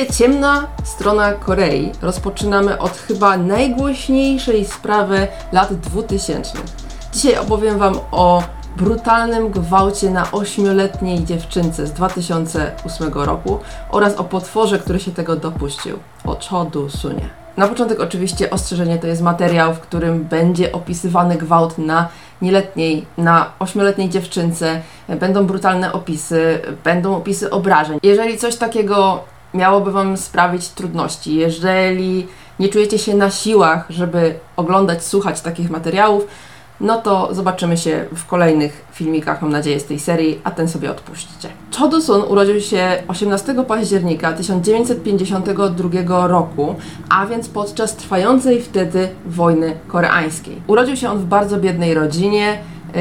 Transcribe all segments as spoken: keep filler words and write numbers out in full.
serii Ciemna strona Korei rozpoczynamy od chyba najgłośniejszej sprawy lat dwutysięcznych. Dzisiaj opowiem Wam o brutalnym gwałcie na ośmioletniej dziewczynce z dwa tysiące ósmego roku oraz o potworze, który się tego dopuścił, o Cho Do-sunie. Na początek oczywiście ostrzeżenie, to jest materiał, w którym będzie opisywany gwałt na nieletniej, na ośmioletniej dziewczynce. Będą brutalne opisy, będą opisy obrażeń. Jeżeli coś takiego miałoby Wam sprawić trudności, jeżeli nie czujecie się na siłach, żeby oglądać, słuchać takich materiałów, no to zobaczymy się w kolejnych filmikach, mam nadzieję, z tej serii, a ten sobie odpuśćcie. Cho Do-sun urodził się osiemnastego października tysiąc dziewięćset pięćdziesiątego drugiego roku, a więc podczas trwającej wtedy wojny koreańskiej. Urodził się on w bardzo biednej rodzinie,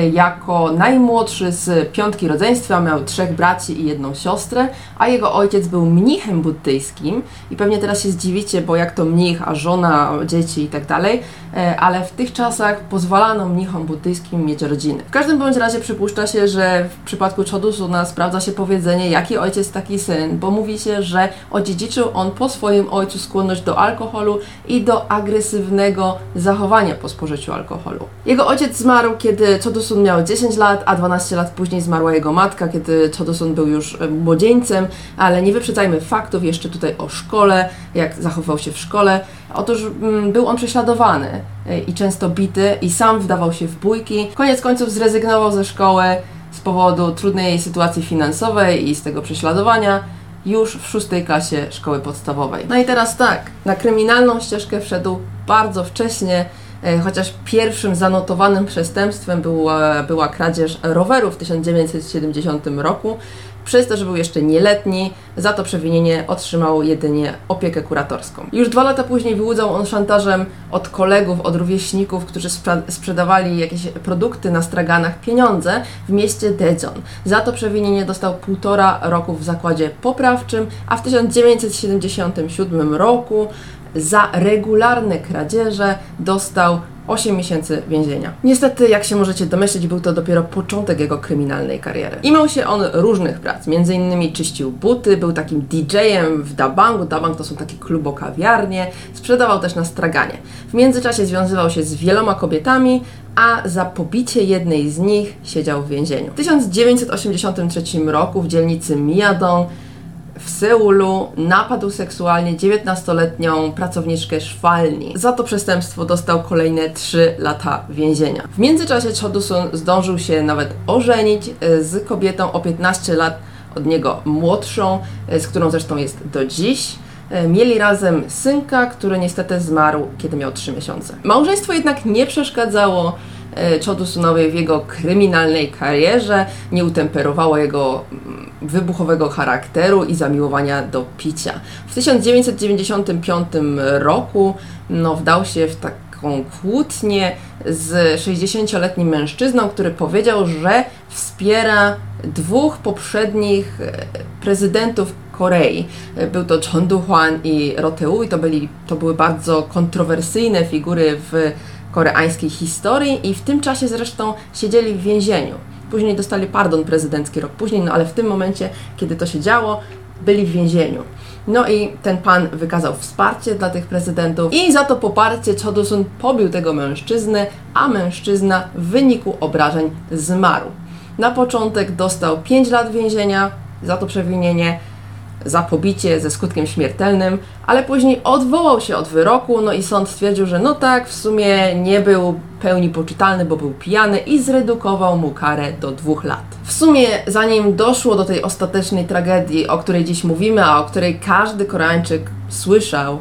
jako najmłodszy z piątki rodzeństwa, miał trzech braci i jedną siostrę, a jego ojciec był mnichem buddyjskim i pewnie teraz się zdziwicie, bo jak to mnich, a żona, dzieci i tak dalej, ale w tych czasach pozwalano mnichom buddyjskim mieć rodziny. W każdym bądź razie przypuszcza się, że w przypadku Cho Do-suna sprawdza się powiedzenie jaki ojciec, taki syn, bo mówi się, że odziedziczył on po swoim ojcu skłonność do alkoholu i do agresywnego zachowania po spożyciu alkoholu. Jego ojciec zmarł, kiedy Cho Do-sun miał dziesięć lat, a dwanaście lat później zmarła jego matka, kiedy Cho Do-sun był już młodzieńcem, ale nie wyprzedzajmy faktów jeszcze tutaj o szkole, jak zachowywał się w szkole. Otóż mm, był on prześladowany y, i często bity i sam wdawał się w bójki. Koniec końców zrezygnował ze szkoły z powodu trudnej sytuacji finansowej i z tego prześladowania już w szóstej klasie szkoły podstawowej. No i teraz tak, na kryminalną ścieżkę wszedł bardzo wcześnie, chociaż pierwszym zanotowanym przestępstwem była, była kradzież roweru w tysiąc dziewięćset siedemdziesiątym roku. Przez to, że był jeszcze nieletni, za to przewinienie otrzymał jedynie opiekę kuratorską. Już dwa lata później wyłudzał on szantażem od kolegów, od rówieśników, którzy spra- sprzedawali jakieś produkty na straganach pieniądze w mieście Daejeon. Za to przewinienie dostał półtora roku w zakładzie poprawczym, a w tysiąc dziewięćset siedemdziesiątym siódmym roku za regularne kradzieże dostał osiem miesięcy więzienia. Niestety, jak się możecie domyślić, był to dopiero początek jego kryminalnej kariery. Imał się on różnych prac, między innymi czyścił buty, był takim didżejem w Dabangu. Dabang to są takie klubo-kawiarnie, sprzedawał też na straganie. W międzyczasie związywał się z wieloma kobietami, a za pobicie jednej z nich siedział w więzieniu. W tysiąc dziewięćset osiemdziesiątym trzecim roku w dzielnicy Myeongdong w Seulu napadł seksualnie dziewiętnastoletnią pracowniczkę szwalni. Za to przestępstwo dostał kolejne trzy lata więzienia. W międzyczasie Cho Do-sun zdążył się nawet ożenić z kobietą o piętnaście lat od niego młodszą, z którą zresztą jest do dziś. Mieli razem synka, który niestety zmarł, kiedy miał trzy miesiące. Małżeństwo jednak nie przeszkadzało Cho Do-sunowi w jego kryminalnej karierze, nie utemperowało jego wybuchowego charakteru i zamiłowania do picia. W tysiąc dziewięćset dziewięćdziesiątym piątym roku no, wdał się w taką kłótnię z sześćdziesięcioletnim mężczyzną, który powiedział, że wspiera dwóch poprzednich prezydentów Korei. Był to Chon Do-hwan i Roh Tae-woo i to, byli, to były bardzo kontrowersyjne figury w koreańskiej historii i w tym czasie zresztą siedzieli w więzieniu. Później dostali pardon prezydencki rok później, no ale w tym momencie, kiedy to się działo, byli w więzieniu. No i ten pan wykazał wsparcie dla tych prezydentów i za to poparcie Cho Do-sun pobił tego mężczyznę, a mężczyzna w wyniku obrażeń zmarł. Na początek dostał pięć lat więzienia za to przewinienie, za pobicie ze skutkiem śmiertelnym, ale później odwołał się od wyroku, no i sąd stwierdził, że no tak, w sumie nie był pełni poczytalny, bo był pijany i zredukował mu karę do dwóch lat. W sumie, zanim doszło do tej ostatecznej tragedii, o której dziś mówimy, a o której każdy Koreańczyk słyszał,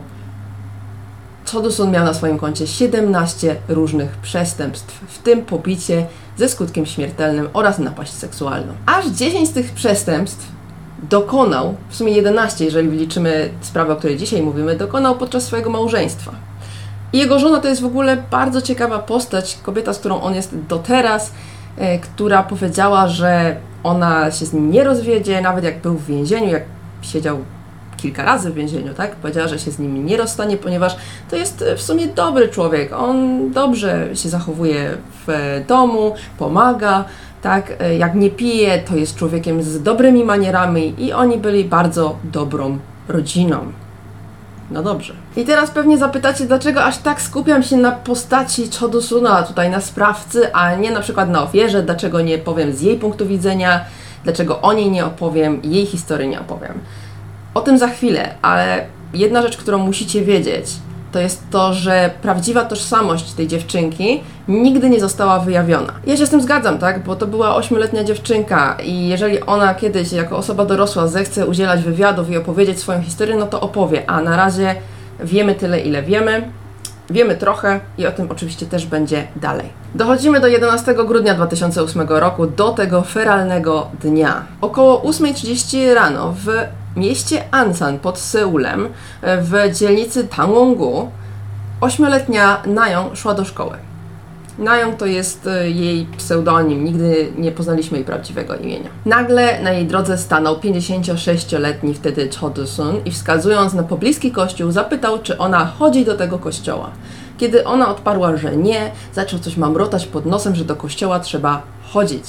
Cho Do-sun miał na swoim koncie siedemnaście różnych przestępstw, w tym pobicie ze skutkiem śmiertelnym oraz napaść seksualną. Aż dziesięć z tych przestępstw dokonał, w sumie jedenaście, jeżeli liczymy sprawę, o której dzisiaj mówimy, dokonał podczas swojego małżeństwa. I jego żona to jest w ogóle bardzo ciekawa postać, kobieta, z którą on jest do teraz, e, która powiedziała, że ona się z nim nie rozwiedzie, nawet jak był w więzieniu, jak siedział kilka razy w więzieniu, tak? Powiedziała, że się z nim nie rozstanie, ponieważ to jest w sumie dobry człowiek, on dobrze się zachowuje w domu, pomaga, tak? Jak nie pije, to jest człowiekiem z dobrymi manierami i oni byli bardzo dobrą rodziną. No dobrze. I teraz pewnie zapytacie, dlaczego aż tak skupiam się na postaci Cho Do-suna, tutaj na sprawcy, a nie na przykład na ofierze, dlaczego nie powiem z jej punktu widzenia, dlaczego o niej nie opowiem, jej historii nie opowiem. O tym za chwilę, ale jedna rzecz, którą musicie wiedzieć, to jest to, że prawdziwa tożsamość tej dziewczynki nigdy nie została wyjawiona. Ja się z tym zgadzam, tak? Bo to była ośmioletnia dziewczynka i jeżeli ona kiedyś jako osoba dorosła zechce udzielać wywiadów i opowiedzieć swoją historię, no to opowie, a na razie wiemy tyle, ile wiemy. Wiemy trochę i o tym oczywiście też będzie dalej. Dochodzimy do jedenastego grudnia dwa tysiące ósmego roku, do tego feralnego dnia. Około ósma trzydzieści rano w mieście Ansan pod Seulem, w dzielnicy Tangwon-gu, ośmioletnia Nayeon szła do szkoły. Nayeon to jest jej pseudonim, nigdy nie poznaliśmy jej prawdziwego imienia. Nagle na jej drodze stanął pięćdziesięciosześcioletni wtedy Cho Do-sun i wskazując na pobliski kościół zapytał, czy ona chodzi do tego kościoła. Kiedy ona odparła, że nie, zaczął coś mamrotać pod nosem, że do kościoła trzeba chodzić.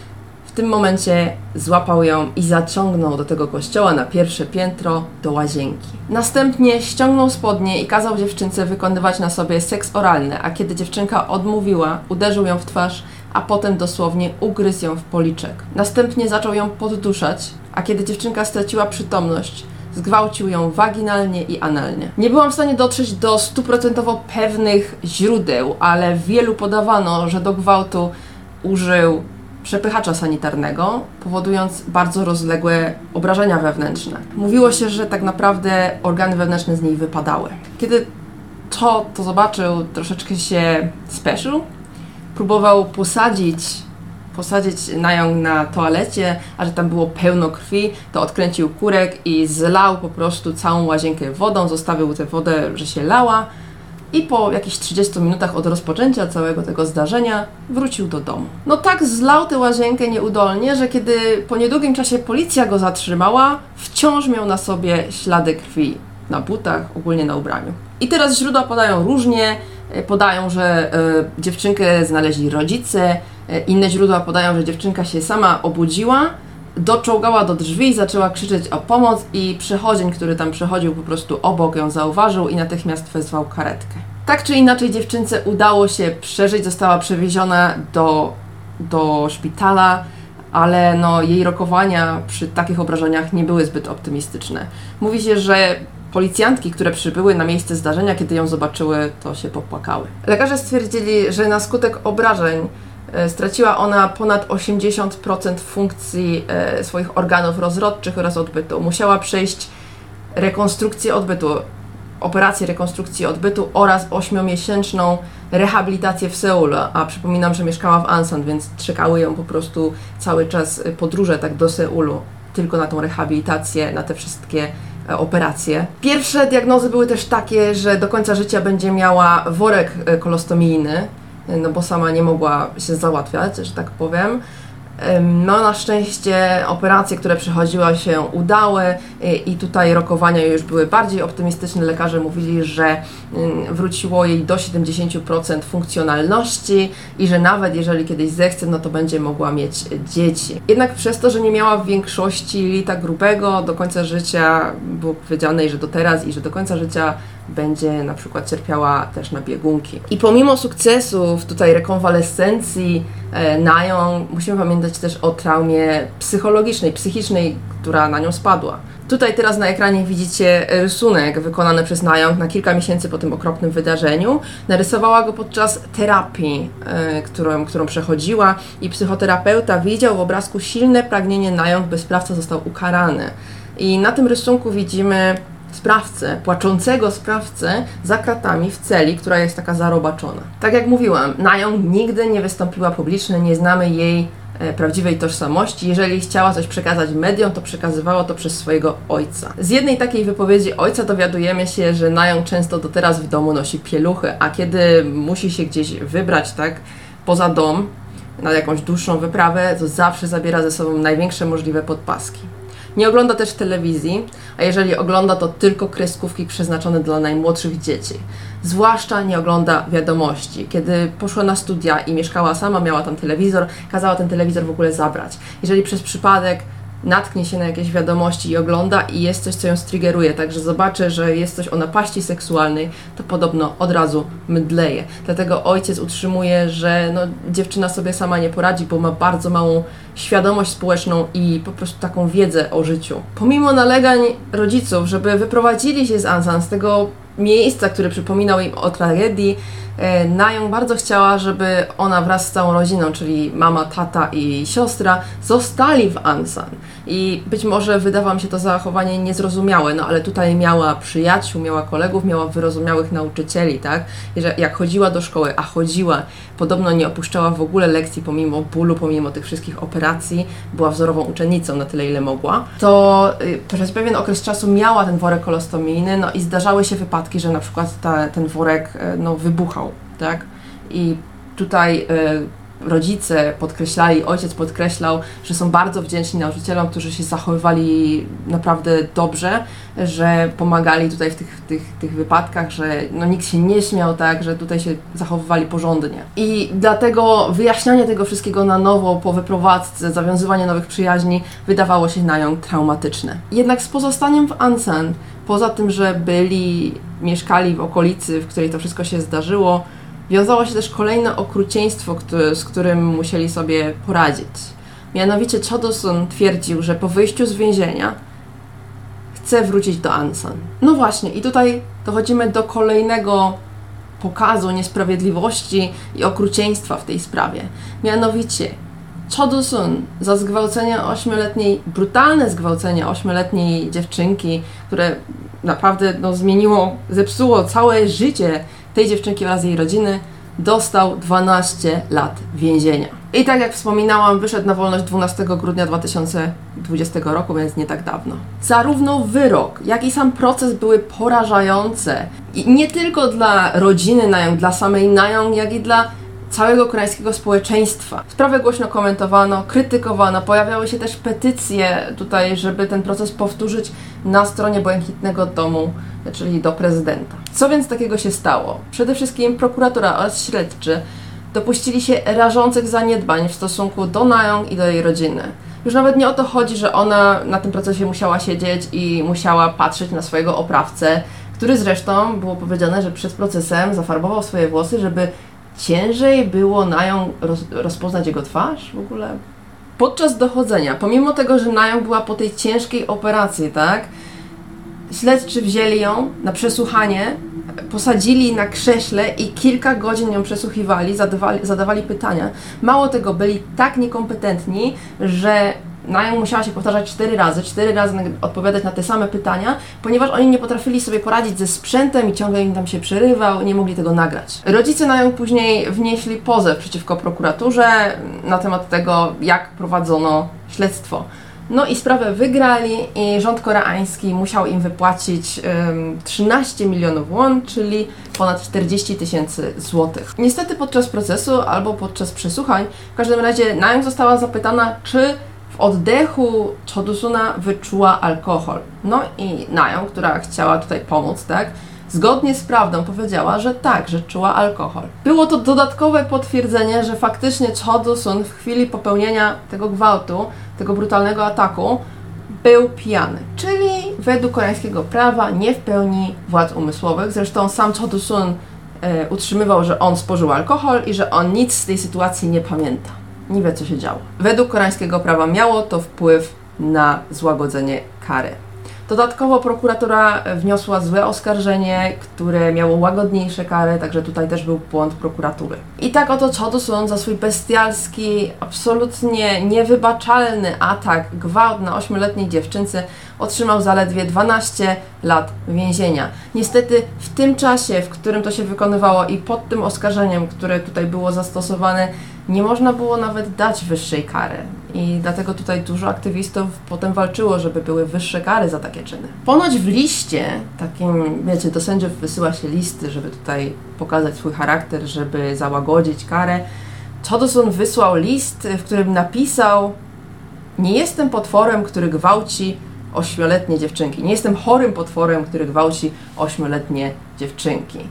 W tym momencie złapał ją i zaciągnął do tego kościoła na pierwsze piętro do łazienki. Następnie ściągnął spodnie i kazał dziewczynce wykonywać na sobie seks oralny, a kiedy dziewczynka odmówiła, uderzył ją w twarz, a potem dosłownie ugryzł ją w policzek. Następnie zaczął ją podduszać, a kiedy dziewczynka straciła przytomność, zgwałcił ją waginalnie i analnie. Nie byłam w stanie dotrzeć do stuprocentowo pewnych źródeł, ale wielu podawano, że do gwałtu użył przepychacza sanitarnego, powodując bardzo rozległe obrażenia wewnętrzne. Mówiło się, że tak naprawdę organy wewnętrzne z niej wypadały. Kiedy Cho to zobaczył, troszeczkę się spieszył, próbował posadzić, posadzić Nayeon na toalecie, a że tam było pełno krwi, to odkręcił kurek i zlał po prostu całą łazienkę wodą, zostawił tę wodę, że się lała, i po jakichś trzydziestu minutach od rozpoczęcia całego tego zdarzenia wrócił do domu. No tak zlał tę łazienkę nieudolnie, że kiedy po niedługim czasie policja go zatrzymała, wciąż miał na sobie ślady krwi na butach, ogólnie na ubraniu. I teraz źródła podają różnie, podają, że y, dziewczynkę znaleźli rodzice, y, inne źródła podają, że dziewczynka się sama obudziła, doczołgała do drzwi i zaczęła krzyczeć o pomoc i przechodzień, który tam przechodził po prostu obok, ją zauważył i natychmiast wezwał karetkę. Tak czy inaczej dziewczynce udało się przeżyć, została przewieziona do, do szpitala, ale no, jej rokowania przy takich obrażeniach nie były zbyt optymistyczne. Mówi się, że policjantki, które przybyły na miejsce zdarzenia, kiedy ją zobaczyły, to się popłakały. Lekarze stwierdzili, że na skutek obrażeń straciła ona ponad osiemdziesiąt procent funkcji e, swoich organów rozrodczych oraz odbytu. Musiała przejść rekonstrukcję odbytu, operację rekonstrukcji odbytu oraz ośmiomiesięczną rehabilitację w Seulu, a przypominam, że mieszkała w Ansan, więc czekały ją po prostu cały czas podróże tak do Seulu, tylko na tą rehabilitację, na te wszystkie e, operacje. Pierwsze diagnozy były też takie, że do końca życia będzie miała worek e, kolostomijny, no bo sama nie mogła się załatwiać, że tak powiem. No na szczęście operacje, które przechodziła się udały i tutaj rokowania już były bardziej optymistyczne. Lekarze mówili, że wróciło jej do siedemdziesiąt procent funkcjonalności i że nawet jeżeli kiedyś zechce, no to będzie mogła mieć dzieci. Jednak przez to, że nie miała w większości jelita grubego, do końca życia było powiedziane, że do teraz i że do końca życia będzie na przykład cierpiała też na biegunki. I pomimo sukcesów tutaj rekonwalescencji e, Nayeon, musimy pamiętać też o traumie psychologicznej, psychicznej, która na nią spadła. Tutaj teraz na ekranie widzicie rysunek wykonany przez Nayeon na kilka miesięcy po tym okropnym wydarzeniu. Narysowała go podczas terapii, e, którą, którą przechodziła i psychoterapeuta widział w obrazku silne pragnienie Nayeon, by sprawca został ukarany. I na tym rysunku widzimy sprawcę, płaczącego sprawcę za kratami w celi, która jest taka zarobaczona. Tak jak mówiłam, Nayeon nigdy nie wystąpiła publicznie, nie znamy jej e, prawdziwej tożsamości. Jeżeli chciała coś przekazać mediom, to przekazywała to przez swojego ojca. Z jednej takiej wypowiedzi ojca dowiadujemy się, że Nayeon często do teraz w domu nosi pieluchy, a kiedy musi się gdzieś wybrać, tak, poza dom, na jakąś dłuższą wyprawę, to zawsze zabiera ze sobą największe możliwe podpaski. Nie ogląda też telewizji, a jeżeli ogląda, to tylko kreskówki przeznaczone dla najmłodszych dzieci. Zwłaszcza nie ogląda wiadomości. Kiedy poszła na studia i mieszkała sama, miała tam telewizor, kazała ten telewizor w ogóle zabrać. Jeżeli przez przypadek natknie się na jakieś wiadomości i ogląda i jest coś, co ją striggeruje, także zobaczy, że jest coś o napaści seksualnej, to podobno od razu mdleje. Dlatego ojciec utrzymuje, że no, dziewczyna sobie sama nie poradzi, bo ma bardzo małą świadomość społeczną i po prostu taką wiedzę o życiu. Pomimo nalegań rodziców, żeby wyprowadzili się z Ansan, z tego miejsca, które przypominał im o tragedii, Nayoung bardzo chciała, żeby ona wraz z całą rodziną, czyli mama, tata i siostra, zostali w Ansan. I być może wydawało mi się to zachowanie niezrozumiałe, no ale tutaj miała przyjaciół, miała kolegów, miała wyrozumiałych nauczycieli, tak? I że jak chodziła do szkoły, a chodziła, podobno nie opuszczała w ogóle lekcji pomimo bólu, pomimo tych wszystkich operacji, była wzorową uczennicą na tyle, ile mogła, to przez pewien okres czasu miała ten worek kolostomijny, no i zdarzały się wypadki, że na przykład ta, ten worek no, wybuchał, tak? I tutaj y, rodzice podkreślali, ojciec podkreślał, że są bardzo wdzięczni nauczycielom, którzy się zachowywali naprawdę dobrze, że pomagali tutaj w tych, tych, tych wypadkach, że no, nikt się nie śmiał, tak, że tutaj się zachowywali porządnie. I dlatego wyjaśnianie tego wszystkiego na nowo po wyprowadzce, zawiązywanie nowych przyjaźni wydawało się Nayoung traumatyczne. Jednak z pozostaniem w Ansan, poza tym, że byli, mieszkali w okolicy, w której to wszystko się zdarzyło, wiązało się też kolejne okrucieństwo, który, z którym musieli sobie poradzić. Mianowicie Cho Do-sun twierdził, że po wyjściu z więzienia chce wrócić do Ansan. No właśnie, i tutaj dochodzimy do kolejnego pokazu niesprawiedliwości i okrucieństwa w tej sprawie. Mianowicie Cho Do-sun za zgwałcenie ośmioletniej, brutalne zgwałcenie ośmioletniej dziewczynki, które naprawdę no, zmieniło, zepsuło całe życie tej dziewczynki oraz jej rodziny, dostał dwanaście lat więzienia. I tak jak wspominałam, wyszedł na wolność dwunastego grudnia dwa tysiące dwudziestego roku, więc nie tak dawno. Zarówno wyrok, jak i sam proces były porażające. I nie tylko dla rodziny Nayoung, dla samej Nayoung, jak i dla całego koreańskiego społeczeństwa. Sprawę głośno komentowano, krytykowano, pojawiały się też petycje tutaj, żeby ten proces powtórzyć na stronie Błękitnego Domu, czyli do prezydenta. Co więc takiego się stało? Przede wszystkim prokuratura oraz śledczy dopuścili się rażących zaniedbań w stosunku do Nayoung i do jej rodziny. Już nawet nie o to chodzi, że ona na tym procesie musiała siedzieć i musiała patrzeć na swojego oprawcę, który zresztą, było powiedziane, że przed procesem zafarbował swoje włosy, żeby ciężej było Nayoung roz, rozpoznać jego twarz w ogóle. Podczas dochodzenia, pomimo tego, że Nayoung była po tej ciężkiej operacji, tak, śledczy wzięli ją na przesłuchanie, posadzili na krześle i kilka godzin ją przesłuchiwali, zadawali, zadawali pytania. Mało tego, byli tak niekompetentni, że Nayoung musiała się powtarzać cztery razy, cztery razy odpowiadać na te same pytania, ponieważ oni nie potrafili sobie poradzić ze sprzętem i ciągle im tam się przerywał, nie mogli tego nagrać. Rodzice Nayoung później wnieśli pozew przeciwko prokuraturze na temat tego, jak prowadzono śledztwo. No i sprawę wygrali i rząd koreański musiał im wypłacić um, trzynaście milionów won, czyli ponad czterdzieści tysięcy złotych. Niestety podczas procesu albo podczas przesłuchań, w każdym razie Nayoung została zapytana, czy w oddechu Cho Do-suna wyczuła alkohol. No i Nayoung, która chciała tutaj pomóc, tak, zgodnie z prawdą powiedziała, że tak, że czuła alkohol. Było to dodatkowe potwierdzenie, że faktycznie Cho Do-sun w chwili popełnienia tego gwałtu, tego brutalnego ataku, był pijany. Czyli według koreańskiego prawa nie w pełni władz umysłowych. Zresztą sam Cho Do-sun e, utrzymywał, że on spożył alkohol i że on nic z tej sytuacji nie pamięta. Nie wie, co się działo. Według koreańskiego prawa miało to wpływ na złagodzenie kary. Dodatkowo prokuratura wniosła złe oskarżenie, które miało łagodniejsze kary, także tutaj też był błąd prokuratury. I tak oto Cho Do-sun za swój bestialski, absolutnie niewybaczalny atak, gwałt na ośmioletniej dziewczynce otrzymał zaledwie dwanaście lat więzienia. Niestety w tym czasie, w którym to się wykonywało i pod tym oskarżeniem, które tutaj było zastosowane, nie można było nawet dać wyższej kary. I dlatego tutaj dużo aktywistów potem walczyło, żeby były wyższe kary za takie czyny. Ponoć w liście, takim, wiecie, do sędziów wysyła się listy, żeby tutaj pokazać swój charakter, żeby załagodzić karę. Cho Do-sun wysłał list, w którym napisał: nie jestem potworem, który gwałci ośmioletnie dziewczynki. Nie jestem chorym potworem, który gwałci ośmioletnie dziewczynki.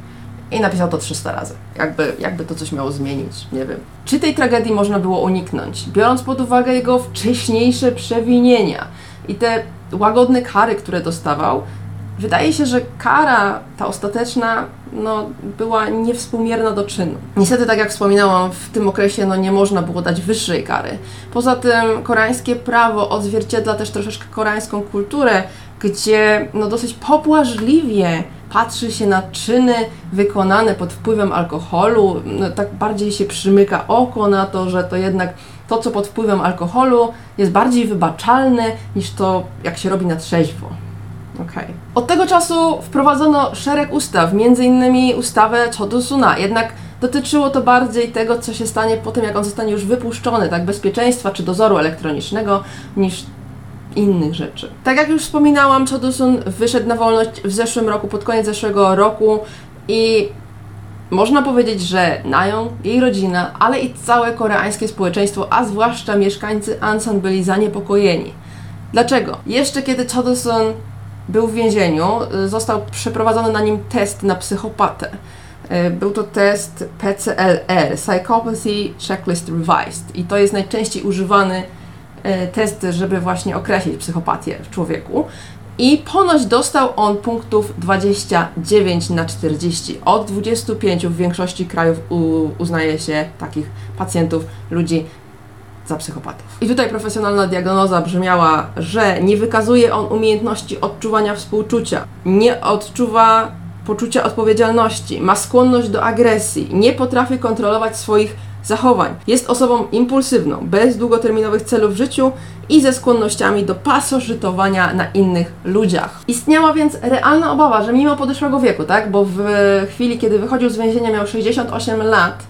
i napisał to trzysta razy. Jakby, jakby to coś miało zmienić, nie wiem. Czy tej tragedii można było uniknąć, biorąc pod uwagę jego wcześniejsze przewinienia i te łagodne kary, które dostawał? Wydaje się, że kara, ta ostateczna, no, była niewspółmierna do czynu. Niestety, tak jak wspominałam, w tym okresie no, nie można było dać wyższej kary. Poza tym koreańskie prawo odzwierciedla też troszeczkę koreańską kulturę, gdzie no, dosyć pobłażliwie patrzy się na czyny wykonane pod wpływem alkoholu, no, tak bardziej się przymyka oko na to, że to jednak to, co pod wpływem alkoholu jest bardziej wybaczalne niż to, jak się robi na trzeźwo. Okay. Od tego czasu wprowadzono szereg ustaw, między innymi ustawę Chodosuna, jednak dotyczyło to bardziej tego, co się stanie po tym, jak on zostanie już wypuszczony, tak, bezpieczeństwa czy dozoru elektronicznego, niż innych rzeczy. Tak jak już wspominałam, Chodosun wyszedł na wolność w zeszłym roku, pod koniec zeszłego roku i można powiedzieć, że Nayeon, jej rodzina, ale i całe koreańskie społeczeństwo, a zwłaszcza mieszkańcy Ansan byli zaniepokojeni. Dlaczego? Jeszcze kiedy Chodosun był w więzieniu, został przeprowadzony na nim test na psychopatę. Był to test P C L R, Psychopathy Checklist Revised, i to jest najczęściej używany test, żeby właśnie określić psychopatię w człowieku. I ponoć dostał on punktów dwadzieścia dziewięć na czterdzieści. Od dwudziestu pięciu w większości krajów uznaje się takich pacjentów, ludzi, za psychopatów. I tutaj profesjonalna diagnoza brzmiała, że nie wykazuje on umiejętności odczuwania współczucia, nie odczuwa poczucia odpowiedzialności, ma skłonność do agresji, nie potrafi kontrolować swoich zachowań, jest osobą impulsywną, bez długoterminowych celów w życiu i ze skłonnościami do pasożytowania na innych ludziach. Istniała więc realna obawa, że mimo podeszłego wieku, tak, bo w chwili, kiedy wychodził z więzienia, miał sześćdziesiąt osiem lat,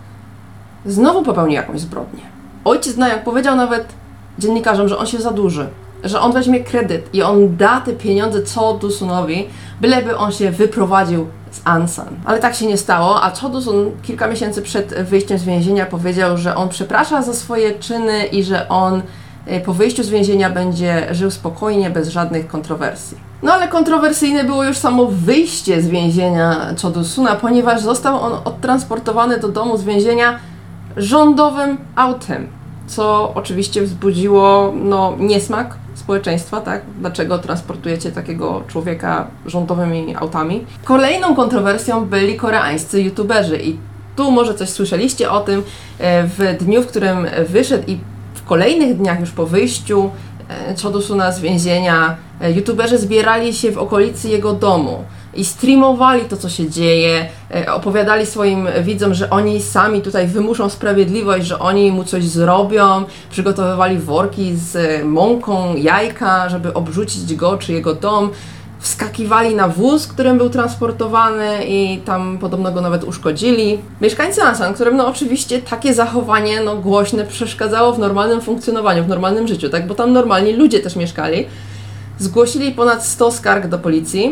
znowu popełni jakąś zbrodnię. Ojciec Nayeon powiedział nawet dziennikarzom, że on się zadłuży, że on weźmie kredyt i on da te pieniądze Chodosunowi, byleby on się wyprowadził z Ansan. Ale tak się nie stało, a Chodosun kilka miesięcy przed wyjściem z więzienia powiedział, że on przeprasza za swoje czyny i że on po wyjściu z więzienia będzie żył spokojnie, bez żadnych kontrowersji. No ale kontrowersyjne było już samo wyjście z więzienia Chodosuna, ponieważ został on odtransportowany do domu z więzienia rządowym autem, co oczywiście wzbudziło no, niesmak społeczeństwa, tak? Dlaczego transportujecie takiego człowieka rządowymi autami? Kolejną kontrowersją byli koreańscy youtuberzy i tu może coś słyszeliście o tym. W dniu, w którym wyszedł i w kolejnych dniach już po wyjściu Chodosuna z więzienia, youtuberzy zbierali się w okolicy jego domu i streamowali to, co się dzieje, opowiadali swoim widzom, że oni sami tutaj wymuszą sprawiedliwość, że oni mu coś zrobią, przygotowywali worki z mąką, jajka, żeby obrzucić go czy jego dom, wskakiwali na wóz, którym był transportowany i tam podobno go nawet uszkodzili. Mieszkańcy Ansan, którym no oczywiście takie zachowanie no głośne przeszkadzało w normalnym funkcjonowaniu, w normalnym życiu, tak, bo tam normalni ludzie też mieszkali, zgłosili ponad sto skarg do policji.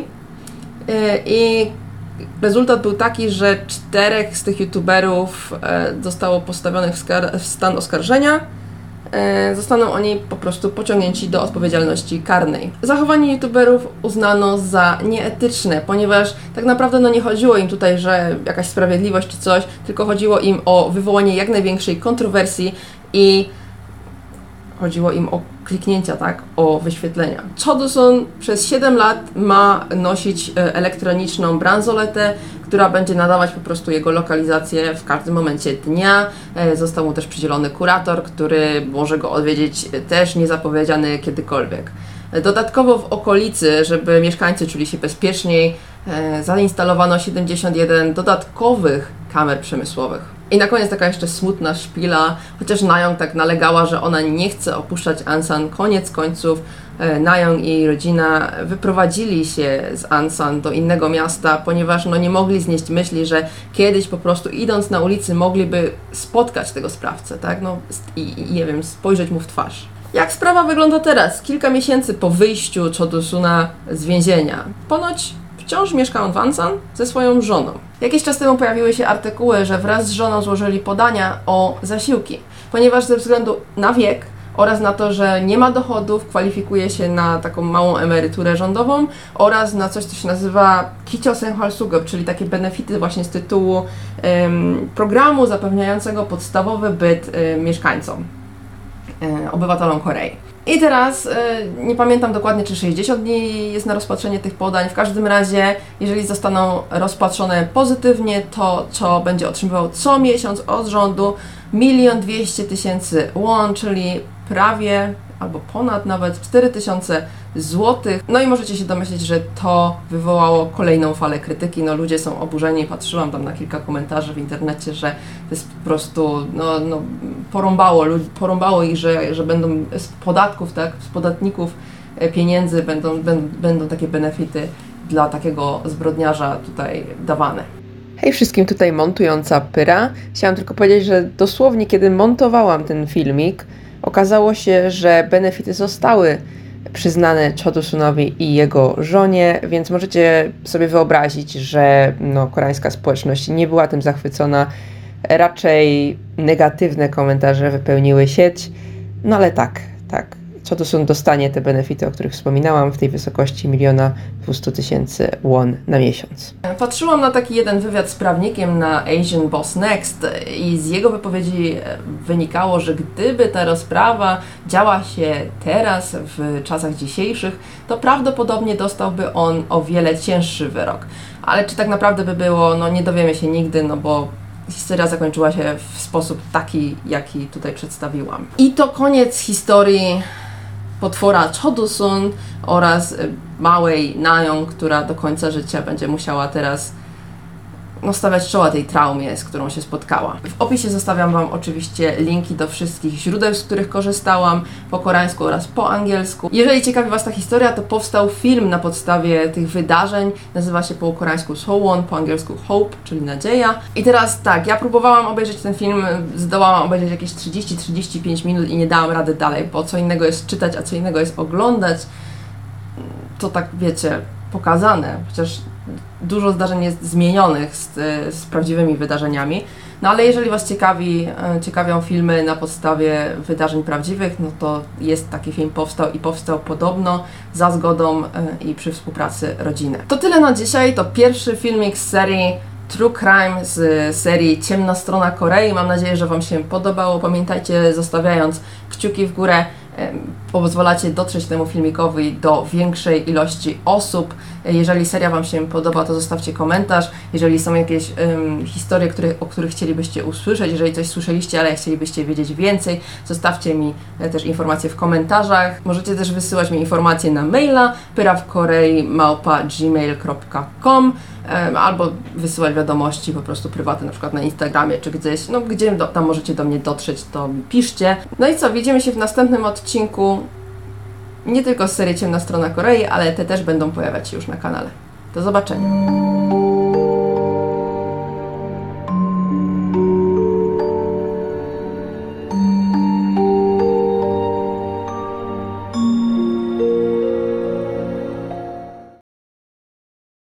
I rezultat był taki, że czterech z tych youtuberów zostało postawionych w, skar- w stan oskarżenia. Zostaną oni po prostu pociągnięci do odpowiedzialności karnej. Zachowanie youtuberów uznano za nieetyczne, ponieważ tak naprawdę no nie chodziło im tutaj, że jakaś sprawiedliwość czy coś, tylko chodziło im o wywołanie jak największej kontrowersji i chodziło im o kliknięcia, tak, o wyświetlenia. Chodosun przez siedem lat ma nosić elektroniczną bransoletę, która będzie nadawać po prostu jego lokalizację w każdym momencie dnia. Został mu też przydzielony kurator, który może go odwiedzić też niezapowiedziany kiedykolwiek. Dodatkowo w okolicy, żeby mieszkańcy czuli się bezpieczniej, zainstalowano siedemdziesiąt jeden dodatkowych kamer przemysłowych. I na koniec taka jeszcze smutna szpila, chociaż Nayeon tak nalegała, że ona nie chce opuszczać Ansan. Koniec końców Nayeon i jej rodzina wyprowadzili się z Ansan do innego miasta, ponieważ no nie mogli znieść myśli, że kiedyś po prostu idąc na ulicy mogliby spotkać tego sprawcę, tak? No i, i nie wiem, spojrzeć mu w twarz. Jak sprawa wygląda teraz, kilka miesięcy po wyjściu Chodosuna z więzienia? Ponoć wciąż mieszka on w Ansan ze swoją żoną. Jakiś czas temu pojawiły się artykuły, że wraz z żoną złożyli podania o zasiłki, ponieważ ze względu na wiek oraz na to, że nie ma dochodów, kwalifikuje się na taką małą emeryturę rządową oraz na coś, co się nazywa Kichosenhalsugop, czyli takie benefity właśnie z tytułu um, programu zapewniającego podstawowy byt um, mieszkańcom, um, obywatelom Korei. I teraz y, nie pamiętam dokładnie, czy sześćdziesiąt dni jest na rozpatrzenie tych podań. W każdym razie, jeżeli zostaną rozpatrzone pozytywnie, to co będzie otrzymywał co miesiąc od rządu milion dwieście tysięcy won, czyli prawie albo ponad nawet cztery tysiące złotych. No i możecie się domyślić, że to wywołało kolejną falę krytyki. No ludzie są oburzeni, patrzyłam tam na kilka komentarzy w internecie, że to jest po prostu, no, no porąbało, porąbało ich, że, że będą z podatków, tak, z podatników pieniędzy będą, będą, będą takie benefity dla takiego zbrodniarza tutaj dawane. Hej wszystkim, tutaj montująca Pyra. Chciałam tylko powiedzieć, że dosłownie kiedy montowałam ten filmik, okazało się, że benefity zostały przyznane Cho Do-sunowi i jego żonie, więc możecie sobie wyobrazić, że no, koreańska społeczność nie była tym zachwycona. Raczej negatywne komentarze wypełniły sieć. No ale tak, tak. Cho Do-sun dostanie te benefity, o których wspominałam, w tej wysokości miliona dwieście tysięcy won na miesiąc. Patrzyłam na taki jeden wywiad z prawnikiem na Asian Boss Next i z jego wypowiedzi wynikało, że gdyby ta rozprawa działa się teraz, w czasach dzisiejszych, to prawdopodobnie dostałby on o wiele cięższy wyrok. Ale czy tak naprawdę by było, no nie dowiemy się nigdy, no bo historia zakończyła się w sposób taki, jaki tutaj przedstawiłam. I to koniec historii potwora Cho Do-sun oraz małej Na-young, która do końca życia będzie musiała teraz no, stawiać czoła tej traumie, z którą się spotkała. W opisie zostawiam Wam oczywiście linki do wszystkich źródeł, z których korzystałam, po koreańsku oraz po angielsku. Jeżeli ciekawi Was ta historia, to powstał film na podstawie tych wydarzeń. Nazywa się po koreańsku Sowon, po angielsku Hope, czyli nadzieja. I teraz tak, ja próbowałam obejrzeć ten film, zdołałam obejrzeć jakieś trzydzieści do trzydziestu pięciu minut i nie dałam rady dalej, bo co innego jest czytać, a co innego jest oglądać. To tak, wiecie, pokazane, chociaż dużo zdarzeń jest zmienionych z, z prawdziwymi wydarzeniami. No ale jeżeli Was ciekawi, ciekawią filmy na podstawie wydarzeń prawdziwych, no to jest taki film powstał i powstał podobno za zgodą i przy współpracy rodziny. To tyle na dzisiaj, to pierwszy filmik z serii True Crime z serii Ciemna Strona Korei. Mam nadzieję, że Wam się podobało. Pamiętajcie, zostawiając kciuki w górę, pozwalacie dotrzeć temu filmikowi do większej ilości osób. Jeżeli seria Wam się podoba, to zostawcie komentarz. Jeżeli są jakieś um, historie, które, o których chcielibyście usłyszeć, jeżeli coś słyszeliście, ale chcielibyście wiedzieć więcej, zostawcie mi też informacje w komentarzach. Możecie też wysyłać mi informacje na maila pyrawkorei małpa gmail kropka com um, albo wysyłać wiadomości po prostu prywatne, na przykład na Instagramie czy gdzieś, no gdzie do, tam możecie do mnie dotrzeć, to mi piszcie. No i co, widzimy się w następnym odcinku. Nie tylko z serii Ciemna Strona Korei, ale te też będą pojawiać się już na kanale. Do zobaczenia!